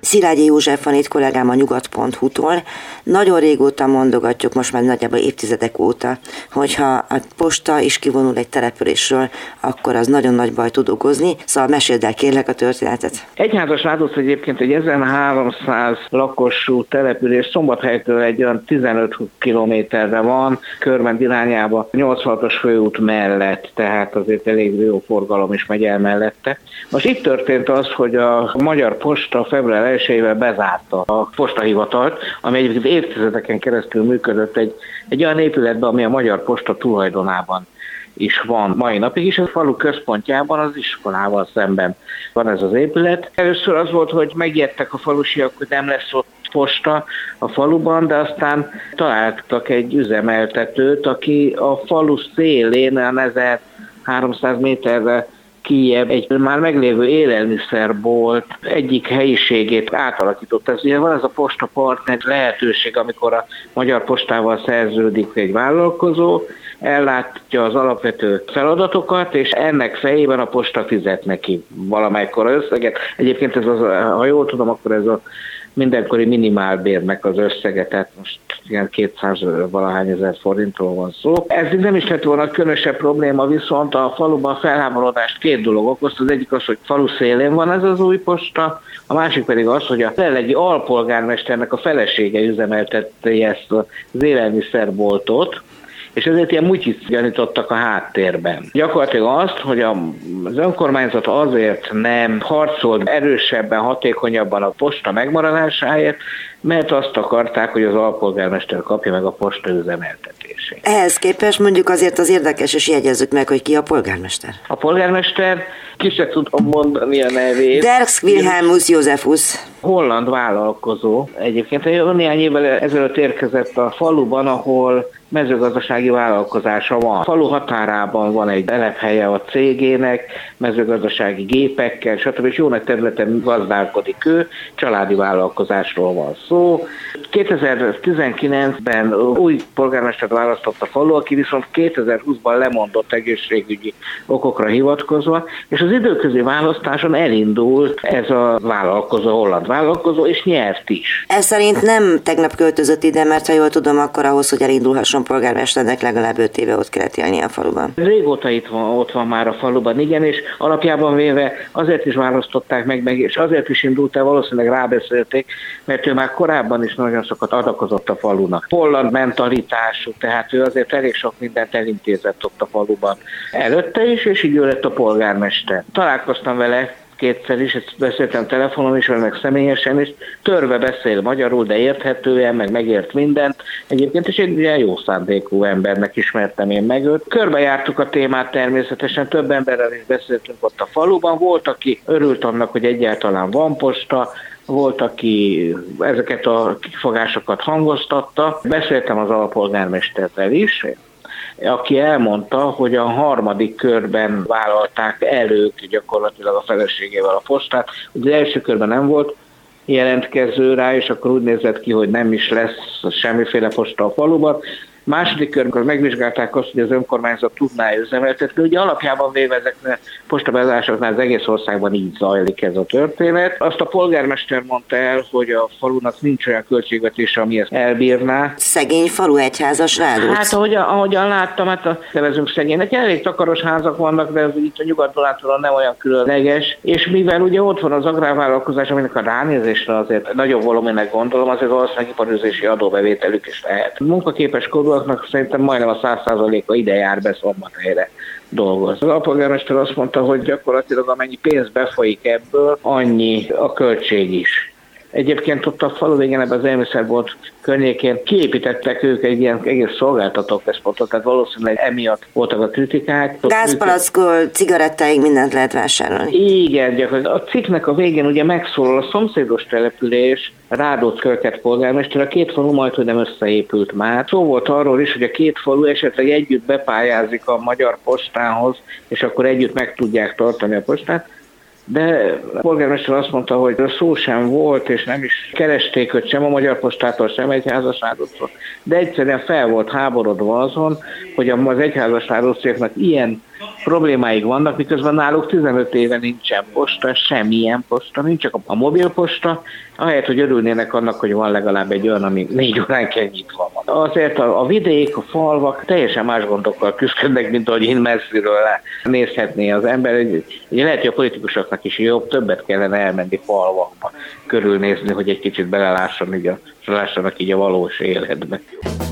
Szilágyi József van itt kollégám a nyugat.hu-tól. Nagyon régóta mondogatjuk, most már nagyjából évtizedek óta, hogyha a posta is kivonul egy településről, akkor az nagyon nagy baj tud okozni. Szóval meséld el kérlek a történetet. Egyházasvádóc egyébként egy 1300 lakosú település, Szombathelytől egy olyan 15 kilométerre van, Körmend irányába, 86-os főút mellett, tehát azért elég jó forgalom is megy el mellette. Most itt történt az, hogy a Magyar Posta február 1-ével bezárta a postahivatalt, ami egyébként évtizedeken keresztül működött egy olyan épületben, ami a Magyar Posta tulajdonában is van mai napig is. A falu központjában, az iskolával szemben van ez az épület. Először az volt, hogy megijedtek a falusiak, hogy nem lesz ott posta a faluban, de aztán találtak egy üzemeltetőt, aki a falu szélén, 1300 méterre kijebb egy már meglévő élelmiszerbolt egyik helyiségét átalakított. Ez ugye van ez a postapartner lehetőség, amikor a Magyar Postával szerződik egy vállalkozó, ellátja az alapvető feladatokat, és ennek fejében a posta fizet neki valamelykor összeget. Egyébként ez az, ha jól tudom, akkor ez a mindenkori minimálbérnek az összege, tehát most ilyen 200 valahány ezer forintról van szó. Ez nem is lett volna különösebb probléma, viszont a faluban felháborodást két dolog okozta. Az egyik az, hogy falu szélén van ez az új posta, a másik pedig az, hogy a jelenlegi alpolgármesternek a felesége üzemeltette ezt az élelmiszerboltot, és ezért ilyen mutyit gyanítottak a háttérben. Gyakorlatilag azt, hogy az önkormányzat azért nem harcolt erősebben, hatékonyabban a posta megmaradásáért, mert azt akarták, hogy az alpolgármester kapja meg a posta üzemeltetését. Ehhez képest mondjuk azért az érdekes, és jegyezzük meg, hogy ki a polgármester. A polgármester, ki se tudom mondani a nevét. Dirks Wilhelmus Josephus. Holland vállalkozó. Egyébként néhány évvel ezelőtt érkezett a faluban, ahol mezőgazdasági vállalkozása van. A falu határában van egy telephelye a cégének, mezőgazdasági gépekkel, stb. És jó nagy területen gazdálkodik ő, családi vállalkozásról van szó. 2019-ben új polgármestert választott a falu, aki viszont 2020-ban lemondott egészségügyi okokra hivatkozva, és az időközi választáson elindult ez a vállalkozó, holland vállalkozó, és nyert is. Ez szerint nem tegnap költözött ide, mert ha jól tudom, akkor ahhoz, hogy elindulhasson polgármesternek, legalább 5 éve ott kellett élni a faluban. Régóta ott van már a faluban, igen, és alapjában véve azért is választották meg, és azért is indult el, valószínűleg rábeszélték, mert ő már korábban is nagyon sokat adakozott a falunak. Holland mentalitású, tehát ő azért elég sok mindent elintézett ott a faluban előtte is, és így ő lett a polgármester. Találkoztam vele kétszer is, ezt beszéltem telefonon is, meg személyesen is, törve beszél magyarul, de érthetően, meg megért mindent. Egyébként is egy ilyen jó szándékú embernek ismertem én meg őt. Körbejártuk a témát természetesen, több emberrel is beszéltünk ott a faluban. Volt, aki örült annak, hogy egyáltalán van posta, volt, aki ezeket a kifogásokat hangoztatta. Beszéltem az alpolgármesterrel is, aki elmondta, hogy a harmadik körben vállalták elő gyakorlatilag a feleségével a postát. Ugye az első körben nem volt jelentkező rá, és akkor úgy nézett ki, hogy nem is lesz semmiféle posta a faluban. Második körben megvizsgálták azt, hogy az önkormányzat tudná üzemeltetni. Ugye alapjában véve ezeknek postabezárásoknál az egész országban így zajlik ez a történet. Azt a polgármester mondta el, hogy a falunak nincs olyan költségvetése, ami ezt elbírná. Szegény falu, egyházas Rádóc. Hát ahogyan láttam, nevezünk szegénynek, elég takaros házak vannak, de ez itt a Nyugat-Dunántúlon nem olyan különleges. És mivel ugye ott van az agrárvállalkozás, aminek a ránézésre azért nagyobb volumének gondolom, azért valószínűleg iparűzési adóbevételük is lehet. Munkaképes korúaknak szerintem majdnem a 100%-a ide jár be Szombathelyre dolgozni. Az alpolgármester azt mondta, hogy gyakorlatilag amennyi pénz befolyik ebből, annyi a költség is. Egyébként ott a falu végén ebben az élelmiszerbolt környékén kiépítettek ők egy ilyen egész szolgáltatóközpontot, tehát valószínűleg emiatt voltak a kritikák. Gázpalackról cigarettáig mindent lehet vásárolni. Igen, gyakorlatilag. A cikknek a végén ugye megszólal a szomszédos település, Rádóc-Kölket polgármester, a két falu majdhogy nem összeépült már. Szó volt arról is, hogy a két falu esetleg együtt bepályázik a Magyar Postához, és akkor együtt meg tudják tartani a postát. De a polgármester azt mondta, hogy szó sem volt, és nem is keresték őt sem a Magyar Postától, sem egyházasságútól. De egyszerűen fel volt háborodva azon, hogy az egyházasságútnak ilyen problémáik vannak, miközben náluk 15 éve nincsen posta, semmilyen posta, nincs csak a mobilposta, ahelyett, hogy örülnének annak, hogy van legalább egy olyan, ami 4 óránként nyitva van. Azért a vidék, a falvak teljesen más gondokkal küzdködnek, mint ahogy én messziről nézhetné az ember. Lehet, hogy a politikusoknak is jobb, többet kellene elmenni falvakba, körülnézni, hogy egy kicsit belelássanak így a valós életbe.